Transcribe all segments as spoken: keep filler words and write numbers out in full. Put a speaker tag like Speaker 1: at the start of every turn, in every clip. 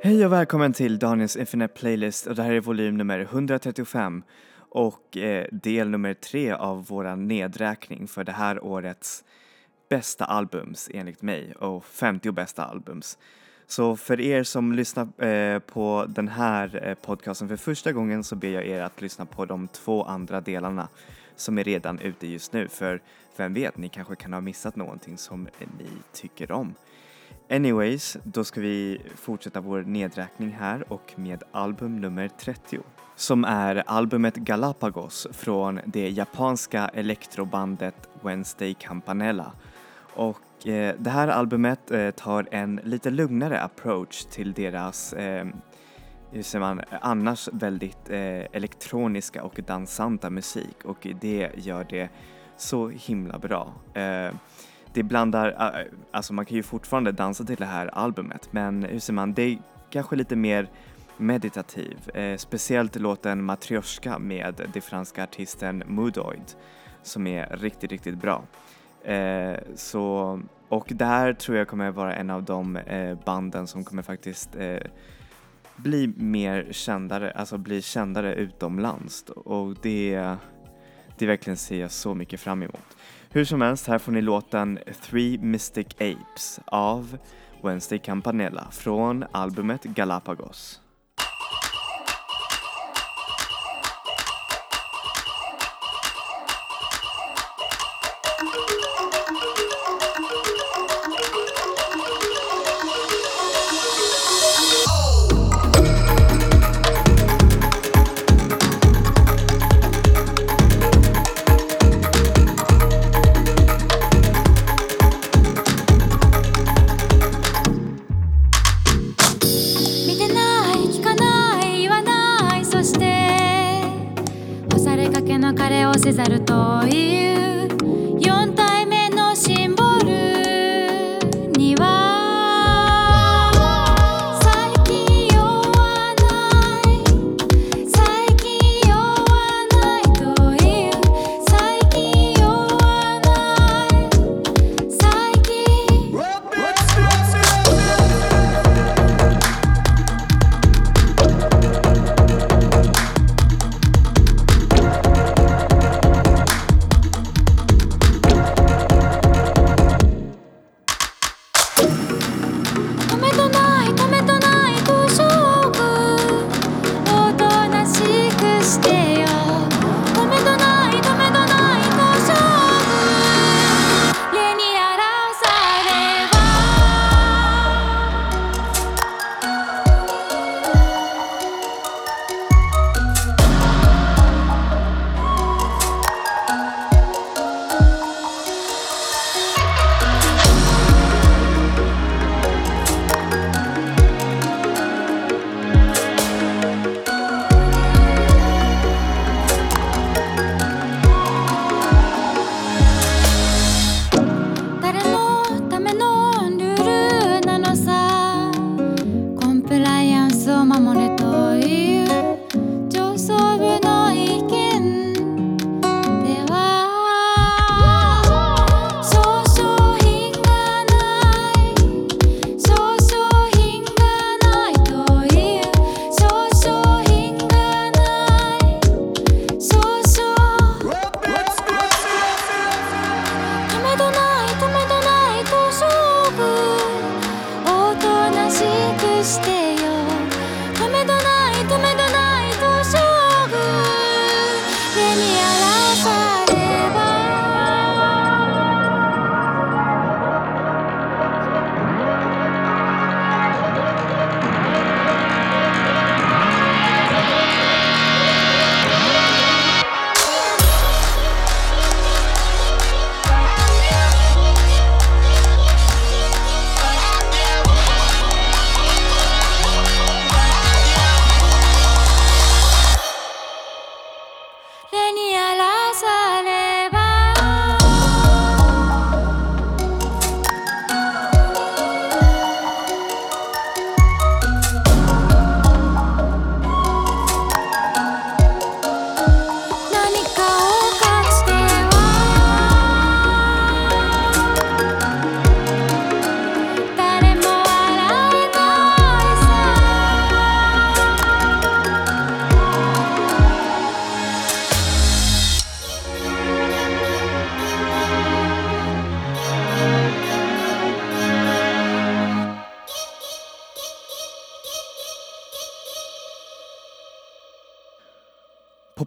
Speaker 1: Hej och välkommen till Daniels Infinite Playlist, och det här är volym nummer etthundratrettiofem och eh, del nummer tre av våra nedräkning för det här årets bästa albums enligt mig och femtio bästa albums. Så för er som lyssnar eh, på den här eh, podcasten för första gången så ber jag er att lyssna på de två andra delarna som är redan ute just nu, för vem vet, ni kanske kan ha missat någonting som ni tycker om. Anyways, då ska vi fortsätta vår nedräkning här och med album nummer trettio. Som är albumet Galapagos från det japanska elektrobandet Wednesday Campanella. Och eh, det här albumet eh, tar en lite lugnare approach till deras, eh, hur säger man, annars väldigt eh, elektroniska och dansanta musik. Och det gör det så himla bra. Eh, Det blandar, alltså man kan ju fortfarande dansa till det här albumet, men hur ser man, det är kanske lite mer meditativ. Eh, speciellt låten Matryoshka med den franska artisten Moodoid som är riktigt, riktigt bra. Eh, så, och det här tror jag kommer vara en av de eh, banden som kommer faktiskt eh, bli mer kändare, alltså bli kändare utomlands. Och det, det verkligen ser jag så mycket fram emot. Hur som helst, här får ni låten Three Mystic Apes av Wednesday Campanella från albumet Galapagos.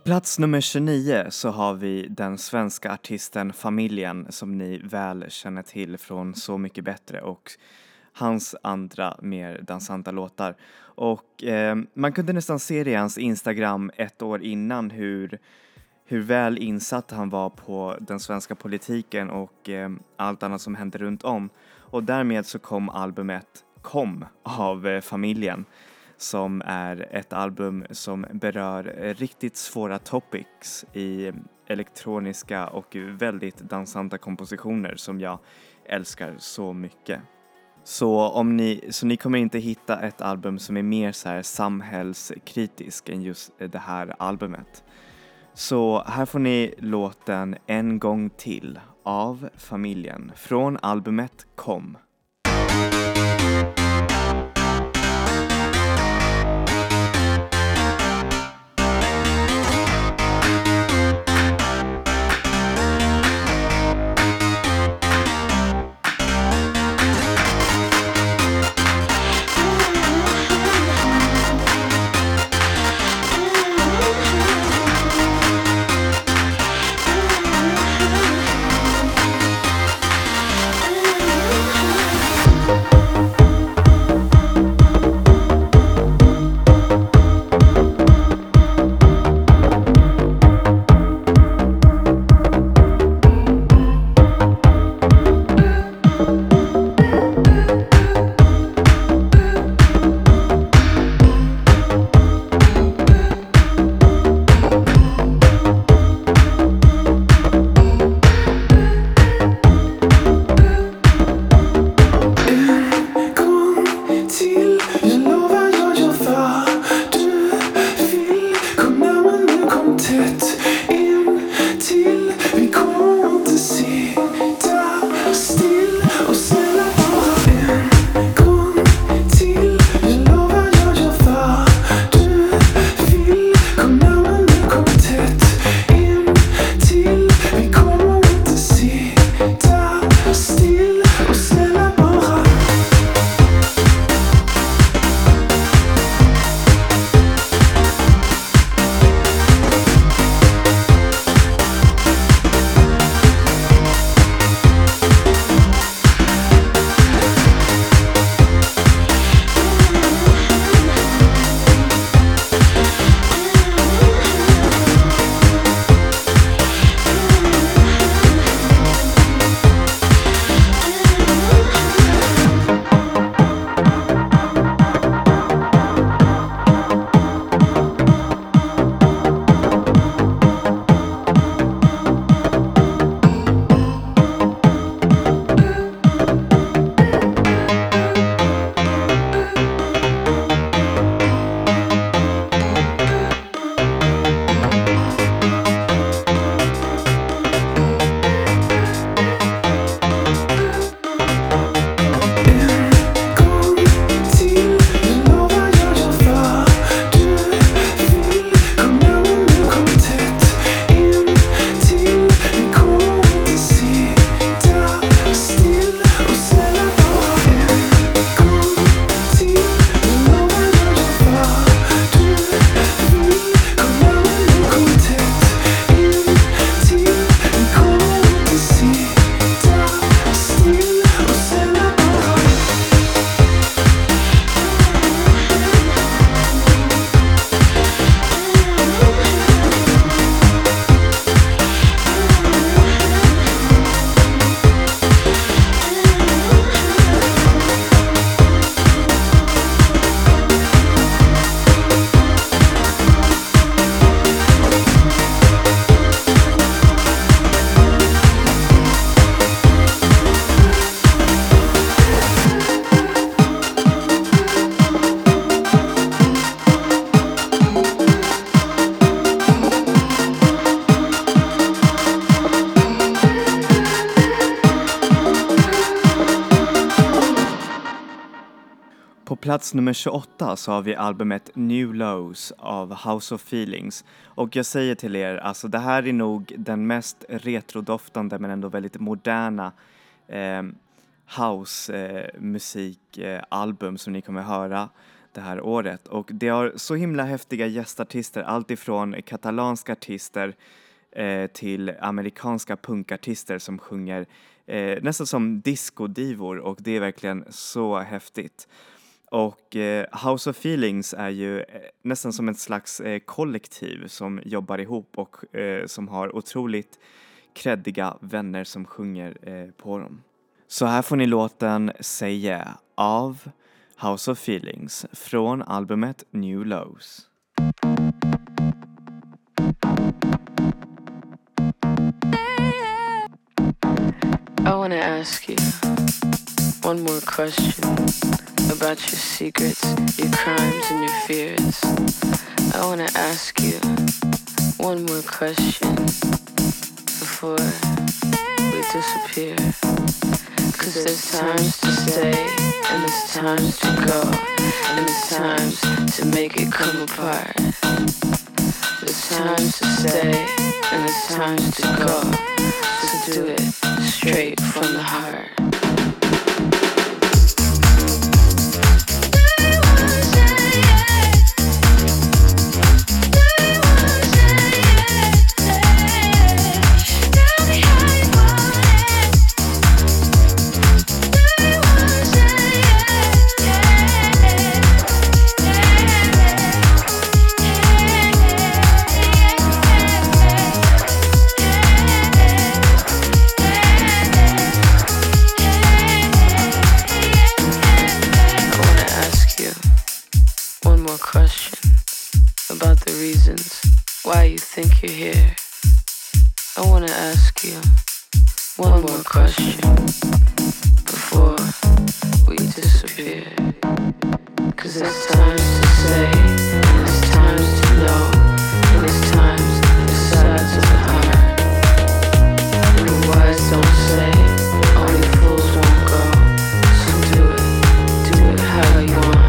Speaker 1: plats nummer tjugonio så har vi den svenska artisten Familjen som ni väl känner till från Så mycket bättre och hans andra mer dansanta låtar. Och eh, man kunde nästan se det i hans Instagram ett år innan hur, hur väl insatt han var på den svenska politiken och eh, allt annat som hände runt om. Och därmed så kom albumet Kom av eh, Familjen, som är ett album som berör eh, riktigt svåra topics i elektroniska och väldigt dansanta kompositioner som jag älskar så mycket. Så, om ni, så ni kommer inte hitta ett album som är mer så här samhällskritisk än just det här albumet. Så här får ni låten En gång till av Familjen från albumet Kom. På plats nummer tjugoåtta så har vi albumet New Lows av House of Feelings. Och jag säger till er, alltså det här är nog den mest retrodoftande men ändå väldigt moderna eh, house-musikalbum eh, som ni kommer höra. det här året. Och det har så himla häftiga gästartister, allt ifrån katalanska artister eh, till amerikanska punkartister som sjunger eh, nästan som discodivor, och det är verkligen så häftigt. Och eh, House of Feelings är ju eh, nästan som ett slags eh, kollektiv som jobbar ihop och eh, som har otroligt kreddiga vänner som sjunger eh, på dem. Så här får ni låten Say Yeah av House of Feelings från albumet New Lows.
Speaker 2: I want to ask you one more question about your secrets, your crimes and your fears. I want to ask you one more question before we disappear. Cause there's times to stay and there's times to go and there's times to make it come apart. There's times to stay and there's times to go, so do it straight from the heart. Why you think you're here? I wanna ask you one more question before we disappear. Cause there's times to say, and there's times to know, and there's times the sides of the heart. And the wise don't say, only fools won't go. So do it, do it how you want.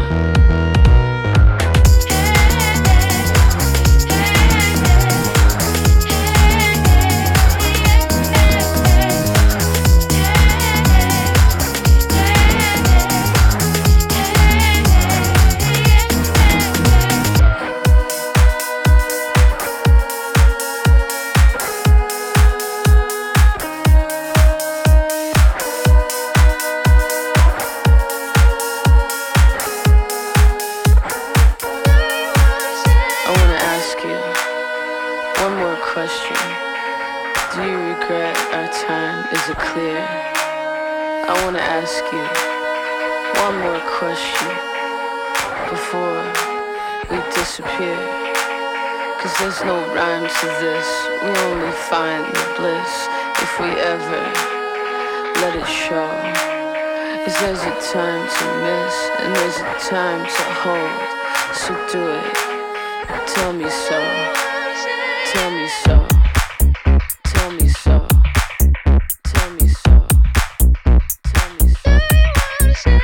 Speaker 2: There's no rhyme to this. We only find the bliss if we ever let it show. Cause there's a time to miss and there's a time to hold. So do it. Tell me so. Tell me so. Tell me so. Tell me so. Tell me so.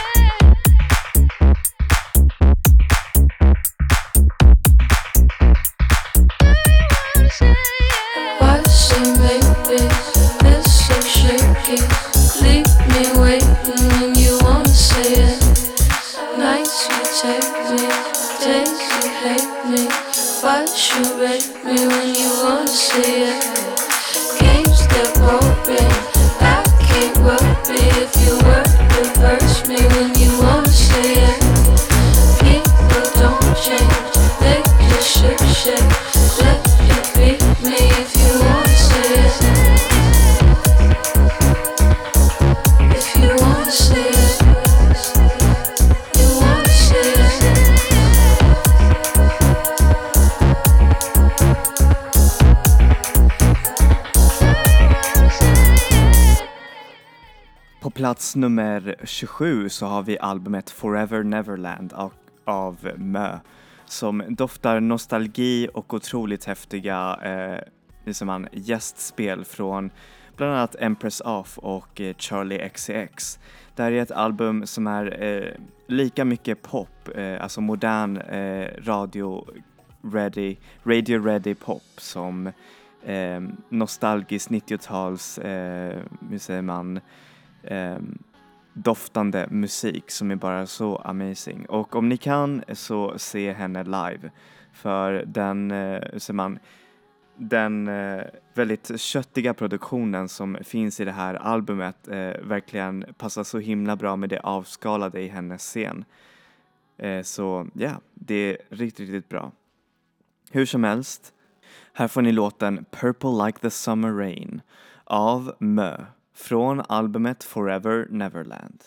Speaker 1: Plats nummer tjugosju så har vi albumet Forever Neverland av, av Mö, som doftar nostalgi och otroligt häftiga eh, liksom man, gästspel från bland annat Empress Off och eh, Charlie X C X. Det här är ett album som är eh, lika mycket pop, eh, alltså modern eh, radio ready, radio ready pop som eh, nostalgisk nittio-tals eh, hur säger man Um, doftande musik som är bara så amazing. Och om ni kan så se henne live, för den, eh, ser man, den eh, väldigt köttiga produktionen som finns i det här albumet eh, verkligen passar så himla bra med det avskalade i hennes scen. Eh, så ja, yeah, det är riktigt, riktigt bra. Hur som helst, här får ni låten Purple Like the Summer Rain av Mö från albumet Forever Neverland.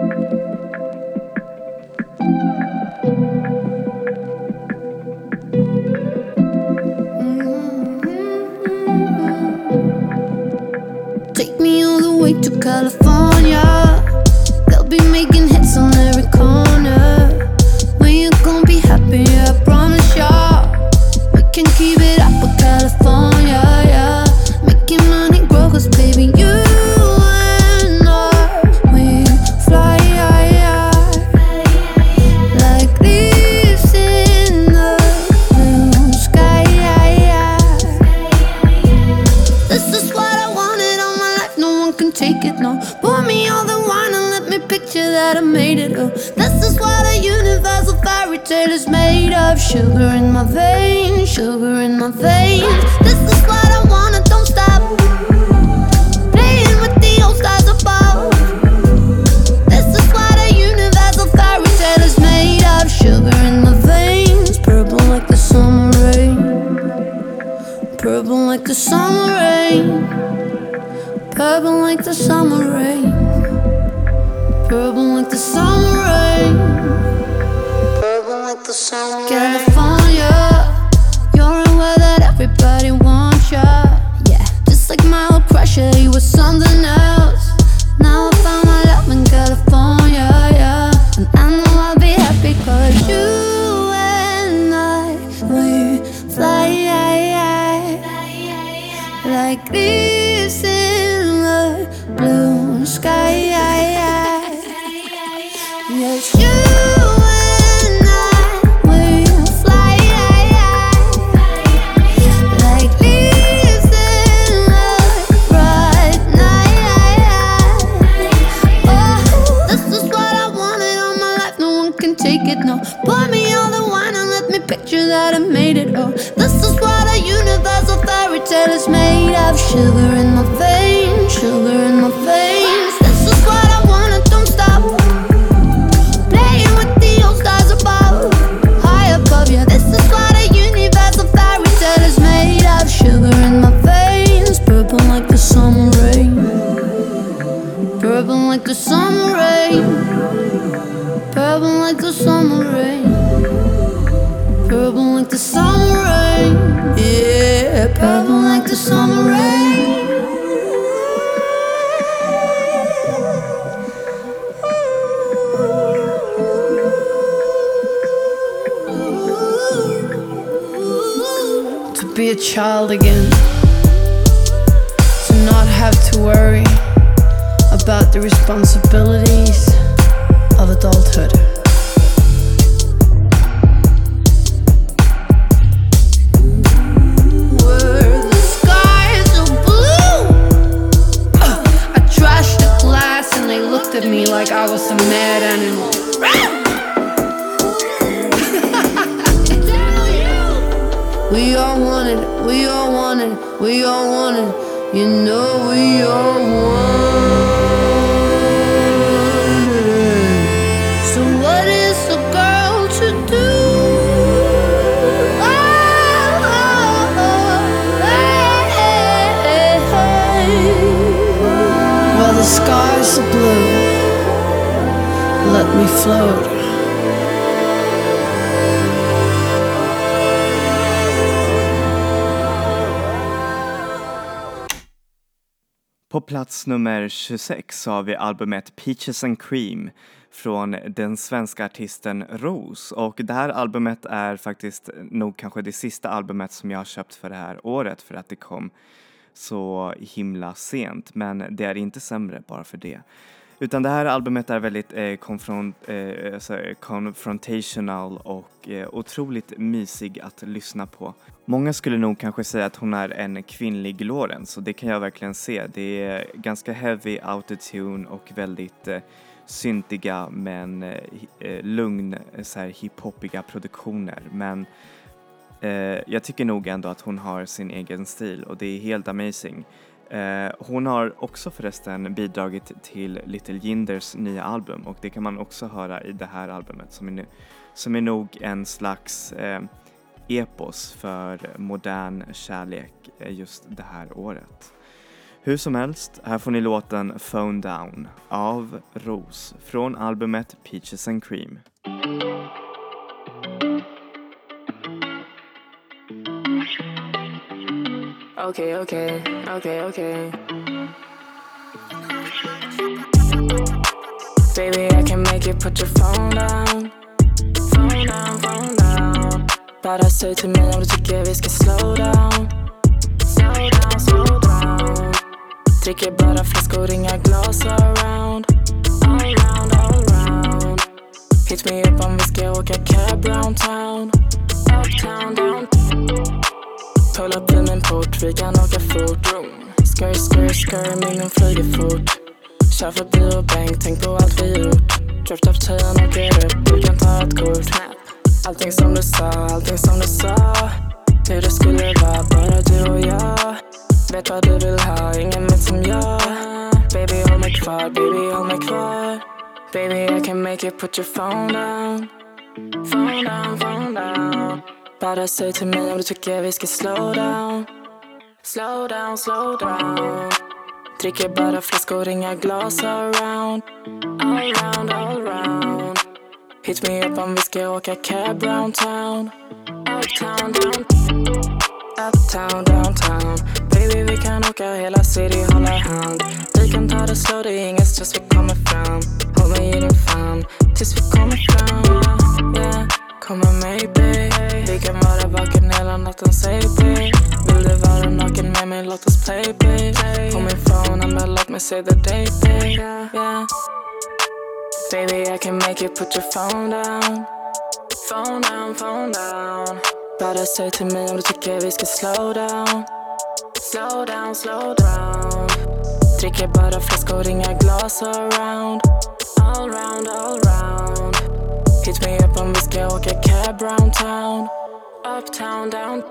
Speaker 3: Take me all the way to California. They'll be making hits on every corner. When you're gonna be happy, I promise ya. We can keep it up with California, yeah. Making money grow, cause baby you and I, we fly like leaves in the blue sky. This is what I wanted all my life, no one can take it, no. Pour me all the wine and let me picture that I made it, oh. This is what a universal fairy tale is made of. Sugar in my veins, sugar in my veins. This is what I wanna, don't stop playing with the old stars above. This is what a universal fairy tale is made of. Sugar in my veins, purple like the summer rain. Purple like the summer rain. Purple like the summer rain. Purple like the summer rain. Purple like the summer rain. California, you're aware that everybody wants ya. Yeah, just like my old crush, yeah, he was something else. Now I found my love in California, yeah. And I know I'll be happy cause you and I, we fly like leaves in the blue sky. Yes, you and I, we fly like leaves in the bright night. Oh, this is what I wanted all my life, no one can take it, no. Pour me all the wine and let me picture that I made it, oh. This is what a universal fairy tale is made of. Sugar in my veins, sugar in my veins. This is what I wanna, don't stop playing with the old stars above, high above you. This is what a universal fairy tale is made of. Sugar in my veins, purple like the summer rain. Purple like the summer rain. Purple like the summer rain. Purple like the summer rain. Yeah, purple like the summer rain. To be a child again, to not have to worry about the responsibilities of adulthood. Where the sky is so blue, uh, I trashed the glass and they looked at me like I was a mad animal. We all want it, we all want it, we all want it. You know we all want it. So what is a girl to do? Oh, oh, oh, hey, hey, hey. Well, the skies are blue. Let me float.
Speaker 1: På plats nummer tjugosex har vi albumet Peaches and Cream från den svenska artisten Rose. Och det här albumet är faktiskt nog kanske det sista albumet som jag har köpt för det här året, för att det kom så himla sent. Men det är inte sämre bara för det. Utan det här albumet är väldigt eh, konfront, eh, alltså, confrontational och eh, otroligt mysig att lyssna på. Många skulle nog kanske säga att hon är en kvinnlig Lawrence, och det kan jag verkligen se. Det är ganska heavy autotune och väldigt eh, syntiga men eh, lugn så här hiphopiga produktioner. Men eh, jag tycker nog ändå att hon har sin egen stil och det är helt amazing. Eh, hon har också förresten bidragit till Little Jinders nya album och det kan man också höra i det här albumet som är, nu, som är nog en slags eh, epos för modern kärlek eh, just det här året. Hur som helst, här får ni låten Phone Down av Rose från albumet Peaches and Cream.
Speaker 2: Okay, okay, okay, okay. Baby, I can make you put your phone down. Phone down, phone down. Bara säg till mig om du tycker vi ska slow down. Slow down, slow down. Dricker bara flaskor, inga glas around. All round, all round. Hit me up om vi ska åka cab round town. Uptown, downtown. Pull upp i min port, vi kan åka fort. Skr, skr, skr, min flyger fort. Kör förbi och bänk, tänk på allt vi gjort. Drift up tiden och åker upp, du kan ta ett kort. Allting som du sa, allting som du sa. Hur det skulle vara, bara du och jag. Vet vad du vill ha, ingen vet som jag. Baby, håll mig kvar, baby, håll mig kvar. Baby, I can make you put your phone down. Phone down, phone down. Bara säg till mig om du tycker vi ska slow down. Slow down, slow down. Dricker bara flaskor, inga glas around. All round, all round. Hit me up om vi ska åka cab round town. Uptown, downtown. Uptown, downtown. Baby, vi kan åka hela city, hålla hand. Vi kan ta det slow, det är ingen stress, vi kommer fram. Håll mig i din famn, tills vi kommer fram. Yeah, kom med mig, babe. Vi kan vara vaken hela natten, säg babe. Vill du vara naken med mig, låt oss play, babe. På min phone, I'm låt mig say the day, babe. Yeah. Baby, I can make you put your phone down. Phone down, phone down. Bara säg till mig om du tycker vi ska slow down. Slow down, slow down. Dricker bara flaskor, inga glas around. All round, all round. Hit me up om vi ska åka cab round town. Uptown, down.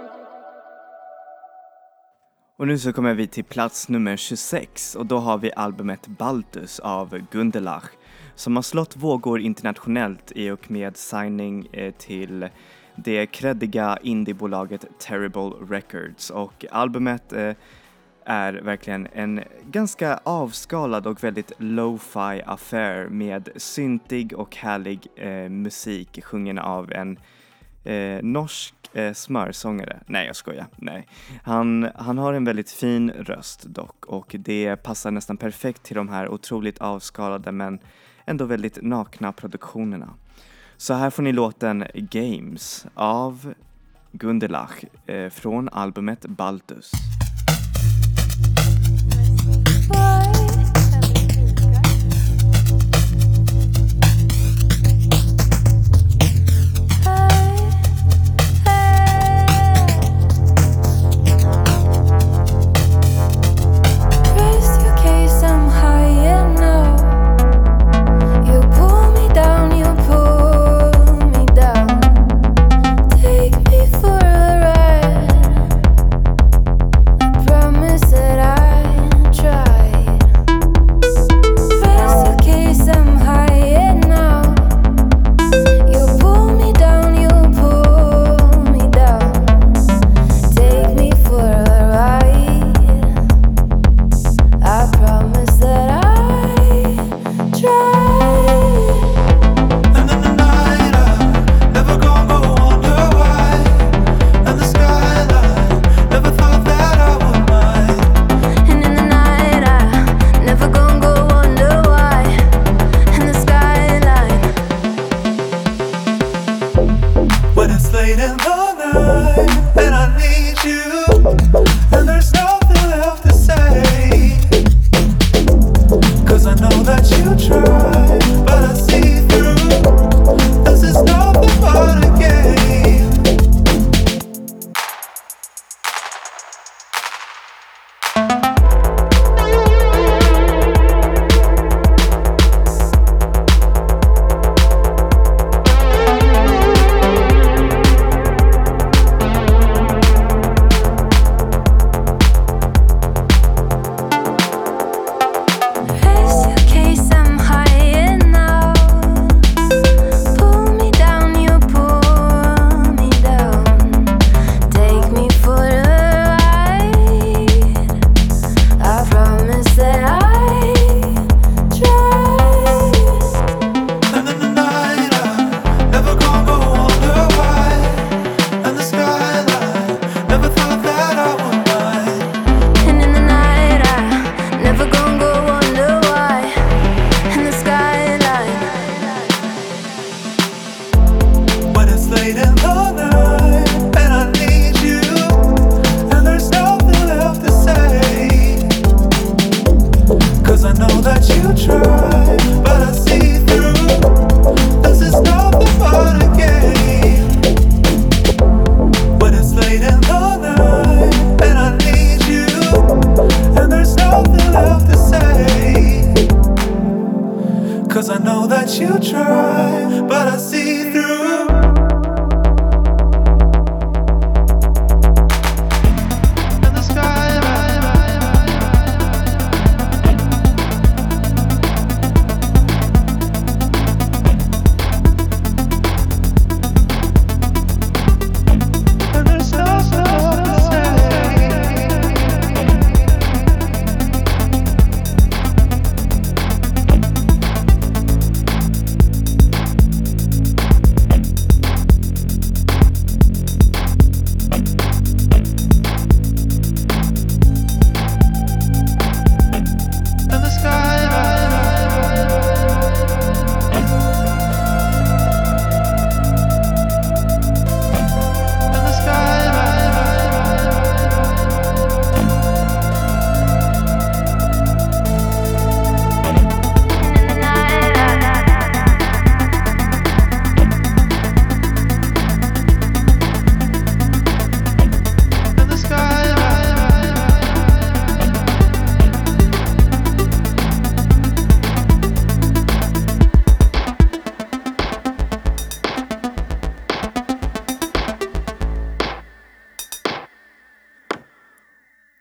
Speaker 1: Och nu så kommer vi till plats nummer tjugosex och då har vi albumet Baltus av Gundelach som har slått vågor internationellt i och med signing eh, till det kreddiga indiebolaget Terrible Records. Och albumet eh, är verkligen en ganska avskalad och väldigt lo-fi affär med syntig och härlig eh, musik sjungen av en eh, norsk eh, smörsångare. Nej, jag skojar. Nej. Han, han har en väldigt fin röst dock och det passar nästan perfekt till de här otroligt avskalade men ändå väldigt nakna produktionerna. Så här får ni låten Games av Gundelach eh, från albumet Baltus.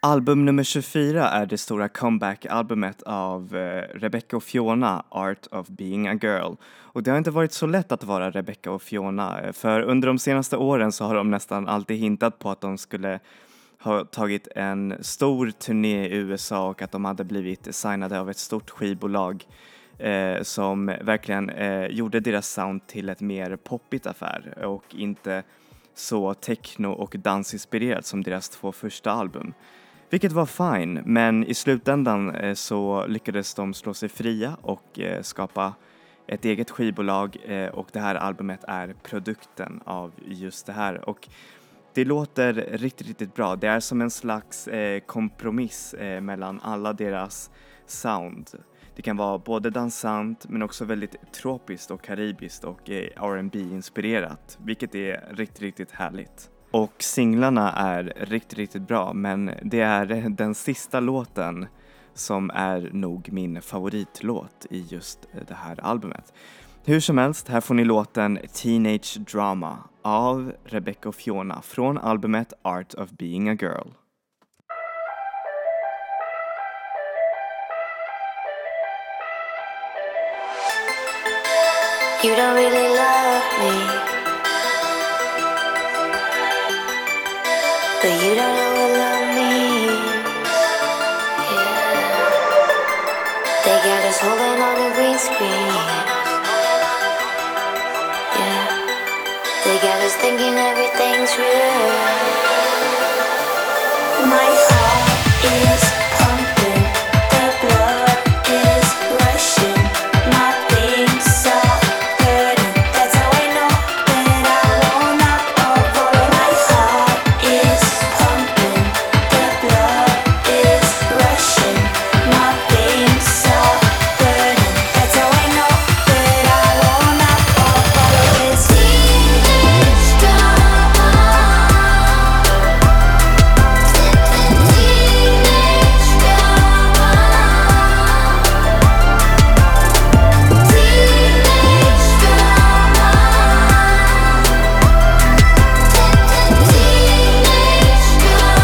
Speaker 1: Album nummer tjugofyra är det stora comeback-albumet av eh, Rebecca och Fiona, Art of Being a Girl. Och det har inte varit så lätt att vara Rebecca och Fiona, för under de senaste åren så har de nästan alltid hintat på att de skulle ha tagit en stor turné i U S A och att de hade blivit signade av ett stort skivbolag eh, som verkligen eh, gjorde deras sound till ett mer poppigt affär och inte så techno- och dansinspirerat som deras två första album. Vilket var fine, men i slutändan eh, så lyckades de slå sig fria och eh, skapa ett eget skivbolag eh, och det här albumet är produkten av just det här. Och det låter riktigt, riktigt bra. Det är som en slags eh, kompromiss eh, mellan alla deras sound. Det kan vara både dansant men också väldigt tropiskt och karibiskt och eh, R and B-inspirerat, vilket är riktigt, riktigt härligt. Och singlarna är riktigt, riktigt bra, men det är den sista låten som är nog min favoritlåt i just det här albumet. Hur som helst, här får ni låten Teenage Drama av Rebecca och Fiona från albumet Art of Being a Girl.
Speaker 4: You don't really love me, but you don't ever love me. Yeah, they got us holding on a green screen. Yeah, they got us thinking everything's real. My heart is pumping, the blood is rushing, my veins are burning. That's how I know that I wanna over. My heart is pumping, the blood is rushing, my veins are burning. That's how I know that I wanna over. It's teenage drama, teenage drama, teenage drama, teenage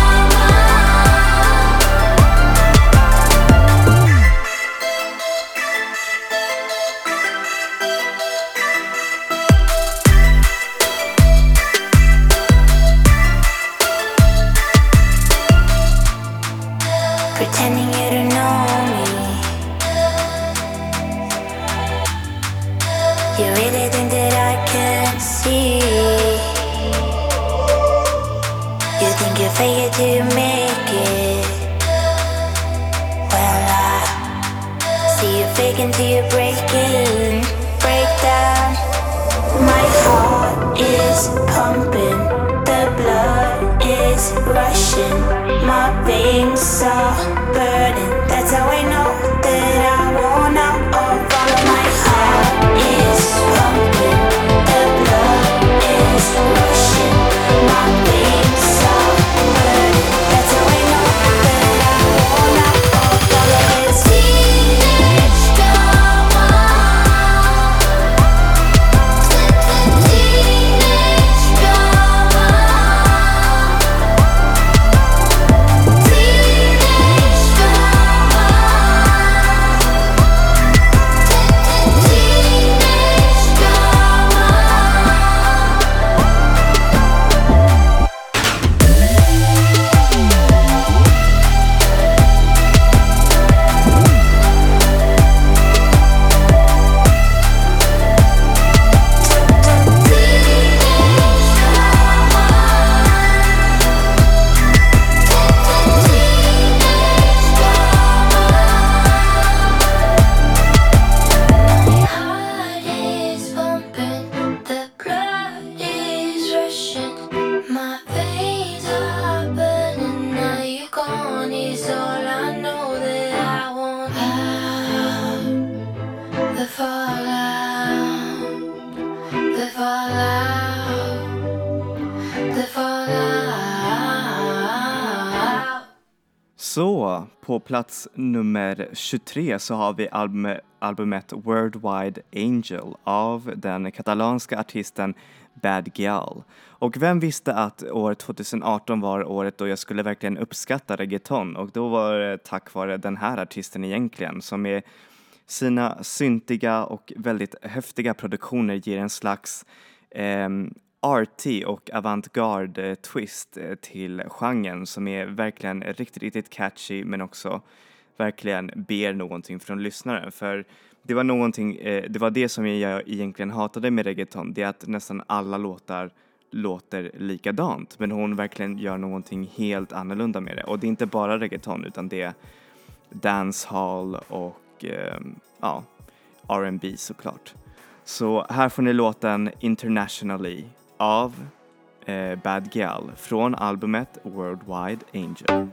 Speaker 4: pretending you don't know me. You really think that I can't see? You think you fake it till you make it. Well, I see you faking till you're breaking. Break down. My heart is pumping, the blood is rushing, my veins are burning. That's how I know that I wanna over. My heart is pumping, the blood is rushing, my veins are burning. That's how I know that I wanna over. It's teenage drama, teenage drama, teenage drama, teenage My heart is pumping, the blood is rushing, my veins are burning. Now you're gone is all I know that I want. Out, the fallout, the fallout, the fallout.
Speaker 1: Så, på plats nummer tjugotre så har vi album, albumet Worldwide Angel av den katalanska artisten Bad Gyal. Och vem visste att år tjugoarton var året då jag skulle verkligen uppskatta reggaeton, och då var det tack vare den här artisten egentligen, som med sina syntiga och väldigt häftiga produktioner ger en slags eh, arty och avantgarde twist till genren som är verkligen riktigt, riktigt catchy, men också verkligen ber någonting från lyssnaren. För det var någonting, eh, det var det som jag egentligen hatade med reggaeton, det är att nästan alla låtar låter likadant, men hon verkligen gör någonting helt annorlunda med det. Och det är inte bara reggaeton, utan det är dancehall och eh, ja, R and B såklart. Så här får ni låten Internationally av eh, Bad Gyal från albumet Worldwide Angel.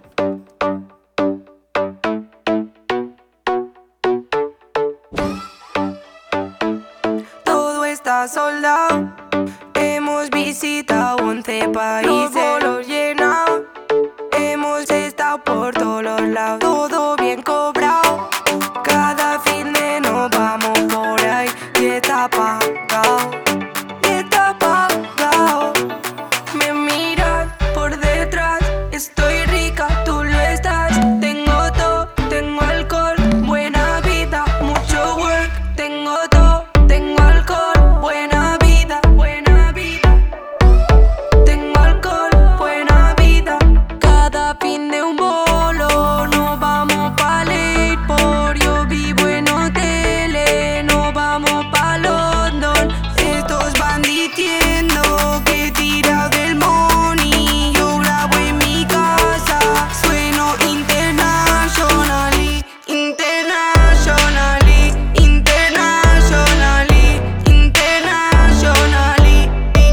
Speaker 5: Todo está soldado. Hemos visitado once países, los vuelos llenados. Hemos estado por todos los lados. Todo bien cobrado. Cada fin de nos vamos por ahí y está pagado. Y está pagado. Me miran por detrás. Estoy rica, tú lo estás. Tengo todo, tengo alcohol, buena vida, mucho work. Tengo todo, tengo alcohol, buena vida, buena vida. Tengo alcohol, buena vida. Cada fin de un bolo nos vamos pa' late por. Yo vivo en hoteles, nos vamos pa' London. Estos van diciendo que he tirado del money. Yo grabo en mi casa, sueno internationally, internationally, internationally, internationally,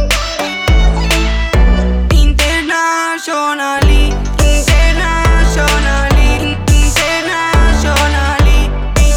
Speaker 5: internationally, internationally, internationally.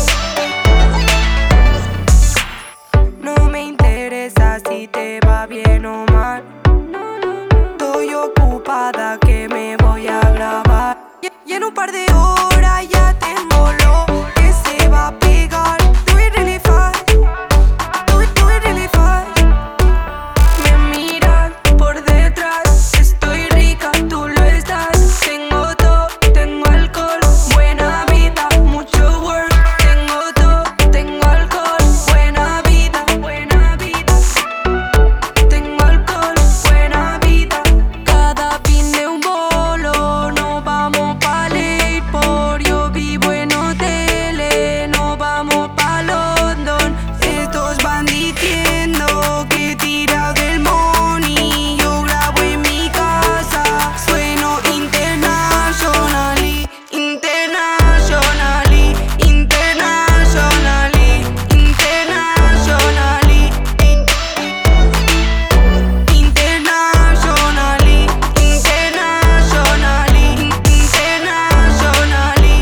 Speaker 5: No me interesa si te va bien o mal. Estoy ocupada que me voy a grabar. Y- Y en un par de horas ya tengo lo que se va a pegar. Do it really fast. Do it, do it really fast. Me miran por detrás. Estoy rica, tú lo estás. Tengo todo, tengo alcohol, buena vida, mucho work. Tengo todo, tengo alcohol, buena vida, buena vida. Tengo alcohol, buena vida. Cada fin de un bolo nos vamos pa' late por. Yo vivo en hoteles, nos vamos pa' London. Estos van diciendo que he tirado del money. Yo grabo en mi casa, sueno internationally, internationally, internationally, internationally, internationally, internationally, internationally, internationally,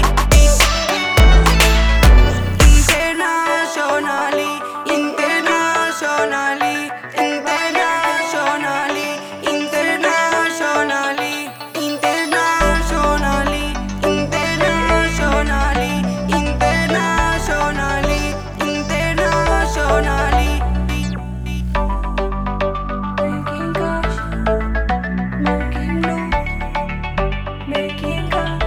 Speaker 5: internationally, internationally, internationally, internationally, internationally, internationally, internationally. Making cash, making love, making cash.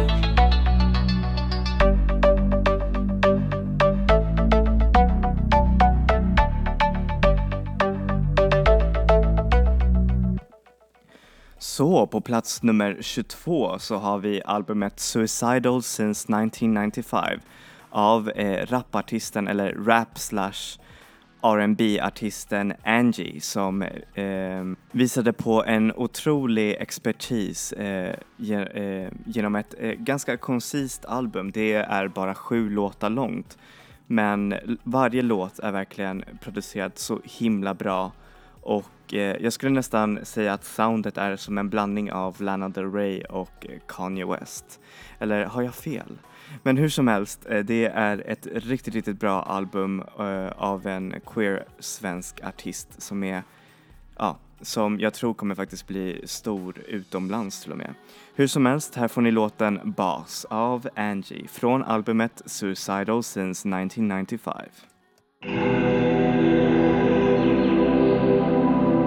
Speaker 1: Så på plats nummer tjugotvå så har vi albumet Suicidal Since nitton nittiofem av eh, rapartisten eller rap slash R and B-artisten Angie, som eh, visade på en otrolig expertis eh, ge, eh, genom ett eh, ganska koncist album. Det är bara sju låtar långt, men varje låt är verkligen producerad så himla bra. Och eh, jag skulle nästan säga att soundet är som en blandning av Lana Del Rey och eh, Kanye West. Eller har jag fel? Men hur som helst, eh, det är ett riktigt, riktigt bra album eh, av en queer svensk artist som är, ja, som jag tror kommer faktiskt bli stor utomlands till och med. Hur som helst, här får ni låten Boss av Angie från albumet Suicidal Since nitton nittiofem.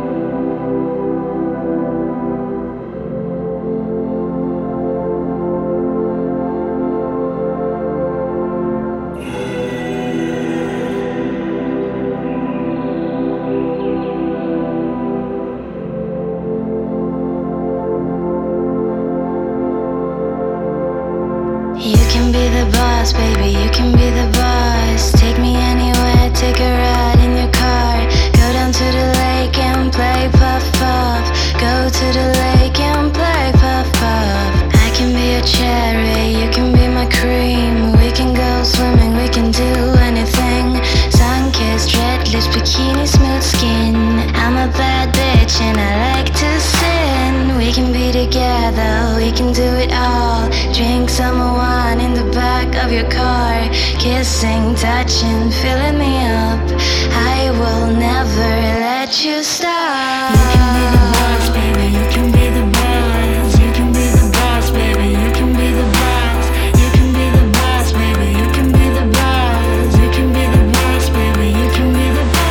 Speaker 4: You can be the boss, baby, you can be the boss. Take me anywhere, take a ride in your car. Go down to the lake and play puff puff. Go to the lake and play puff puff. I can be your cherry, you can be my cream. We can go swimming, we can do anything. Sun-kissed, red lips, bikini, smooth skin. I'm a bad bitch and I like to sin. We can be together, we can do it all. Drink some wine in the back of your car. Kissing, touching, filling me up. I will never let you stop. You can be the boss, baby, you can be the boss. You can be the boss, baby, you can be the boss. You can be the boss, baby, you can be the boss. You can be the boss, baby, you can be the boss.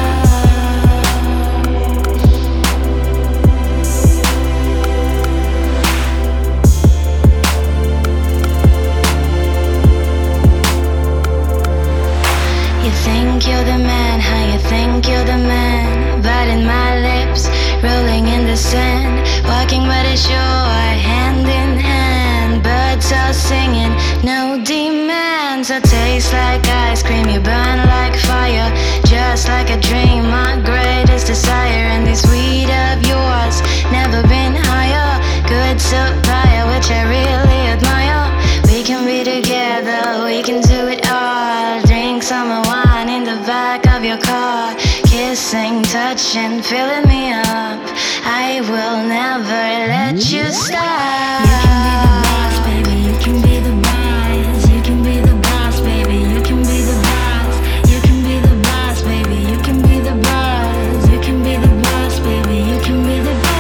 Speaker 4: You think you're the man, how you think you're the man. Biting my lips, rolling in the sand. Walking by the shore, hand in hand. Birds are singing, no demands. I taste like ice cream, you burn like fire. Just like a dream, my greatest desire. And this weed of yours, never been higher. Good supplier, which I really admire. We can be together, we can do it all. Drink some wine in the back of your car. Kissing, touching, filling me up. I will never let you stop. You can be the boss, baby, you can be the boss. You can be the boss, baby, you can be the boss. You can be the boss, baby, you can be the boss. You can be the boss, baby, you can be the boss.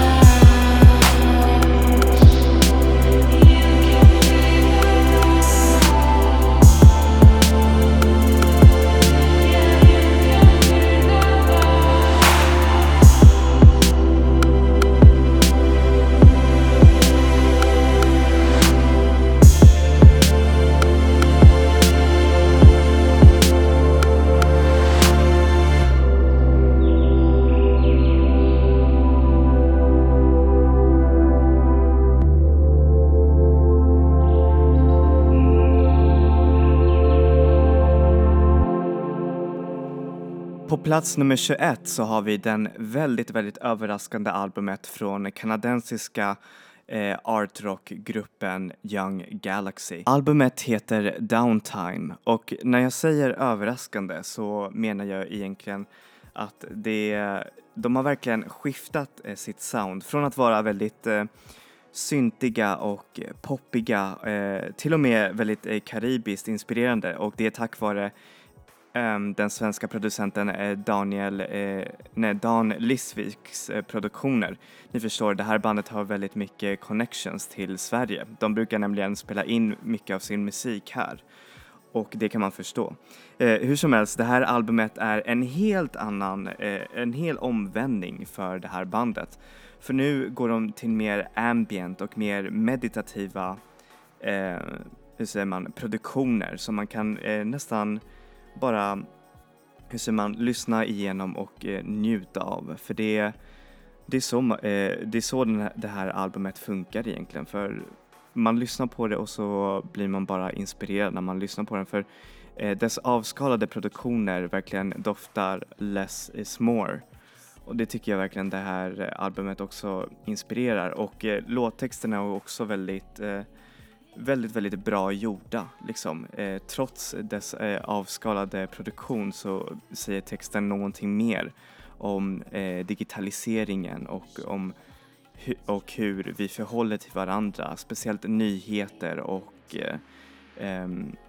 Speaker 1: På plats nummer tjugoett så har vi den väldigt, väldigt överraskande albumet från kanadensiska eh, artrockgruppen Young Galaxy. Albumet heter Downtime och när jag säger överraskande så menar jag egentligen att det, de har verkligen skiftat eh, sitt sound från att vara väldigt eh, syntiga och poppiga eh, till och med väldigt eh, karibiskt inspirerande, och det är tack vare Um, den svenska producenten eh, Daniel, eh, nej, Dan Lissviks eh, produktioner. Ni förstår, det här bandet har väldigt mycket connections till Sverige. De brukar nämligen spela in mycket av sin musik här. Och det kan man förstå. Eh, hur som helst, det här albumet är en helt annan, eh, en hel omvändning för det här bandet. För nu går de till mer ambient och mer meditativa eh, hur säger man, produktioner som man kan eh, nästan bara, hur säger man, lyssna igenom och eh, njuta av. För det, det är så, eh, det är så den här, det här albumet funkar egentligen. För man lyssnar på det och så blir man bara inspirerad när man lyssnar på den. För eh, dess avskalade produktioner verkligen doftar less is more. Och det tycker jag verkligen det här albumet också inspirerar. Och eh, låttexterna är också väldigt... Eh, väldigt, väldigt bra gjorda liksom. Eh, trots dess eh, avskalade produktion så säger texten någonting mer om eh, digitaliseringen och om hu- och hur vi förhåller till varandra, speciellt nyheter och eh, eh,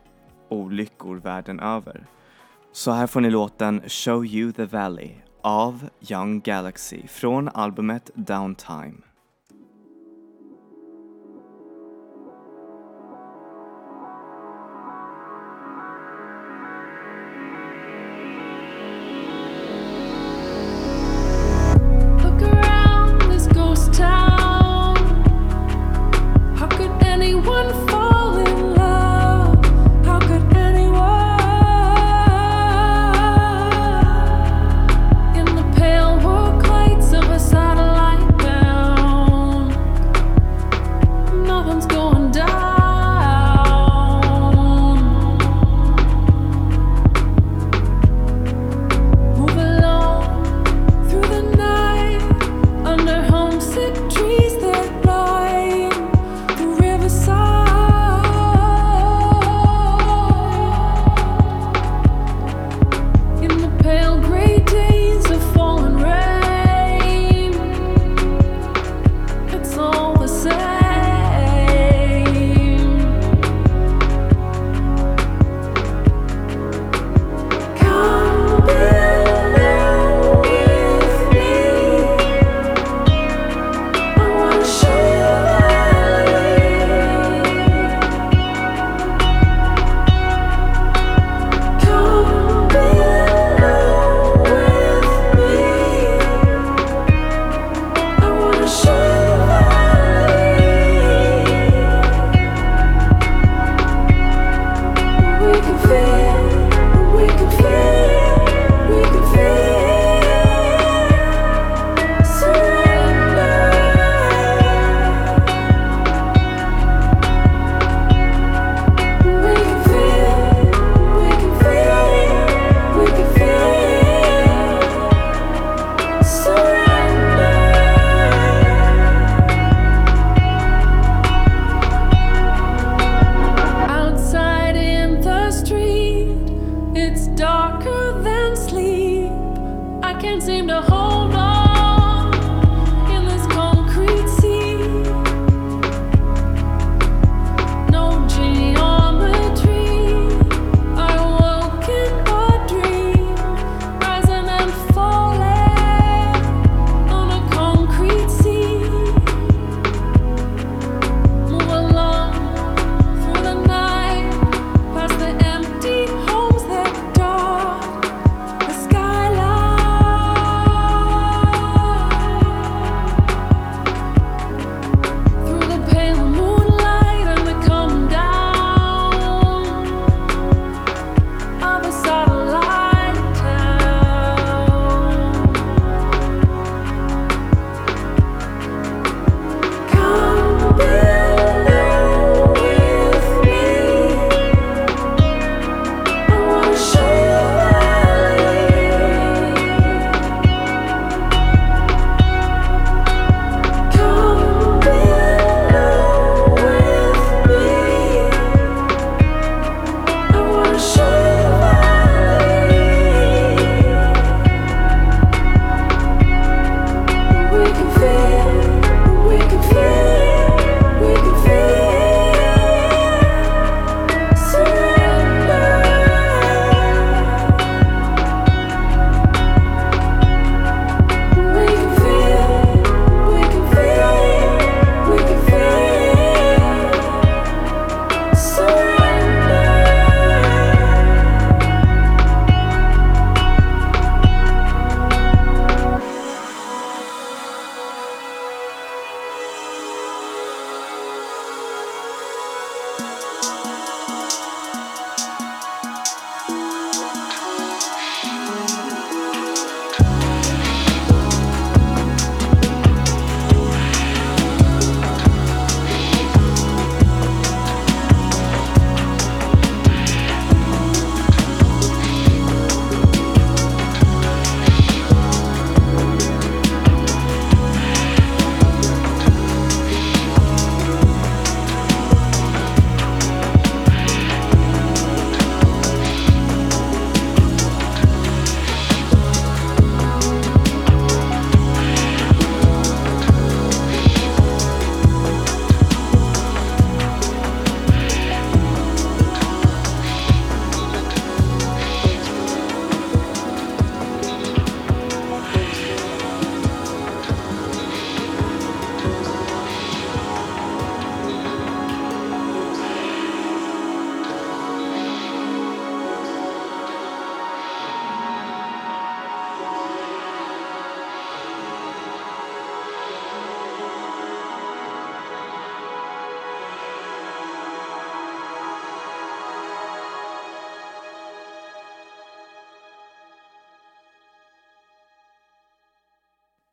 Speaker 1: olyckor världen över. Så här får ni låten Show You the Valley av Young Galaxy från albumet Downtime.
Speaker 6: Satellite down.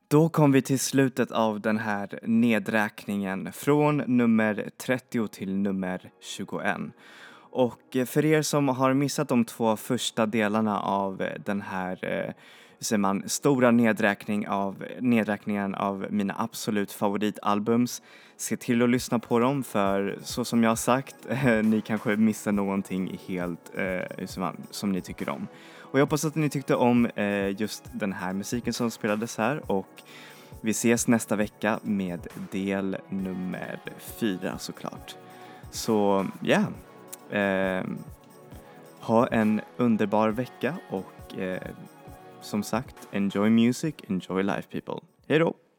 Speaker 1: Då kom vi till slutet av den här nedräkningen från nummer trettio till nummer tjugoett. Och för er som har missat de två första delarna av den här eh, hur säger man, stora nedräkning av, nedräkningen av mina absolut favoritalbums, se till att lyssna på dem, för så som jag har sagt, eh, ni kanske missar någonting helt eh, som, som ni tycker om. Och jag hoppas att ni tyckte om eh, just den här musiken som spelades här, och vi ses nästa vecka med del nummer fyra såklart. Så ja, yeah. eh, ha en underbar vecka och eh, som sagt, enjoy music, enjoy life people. Hej då!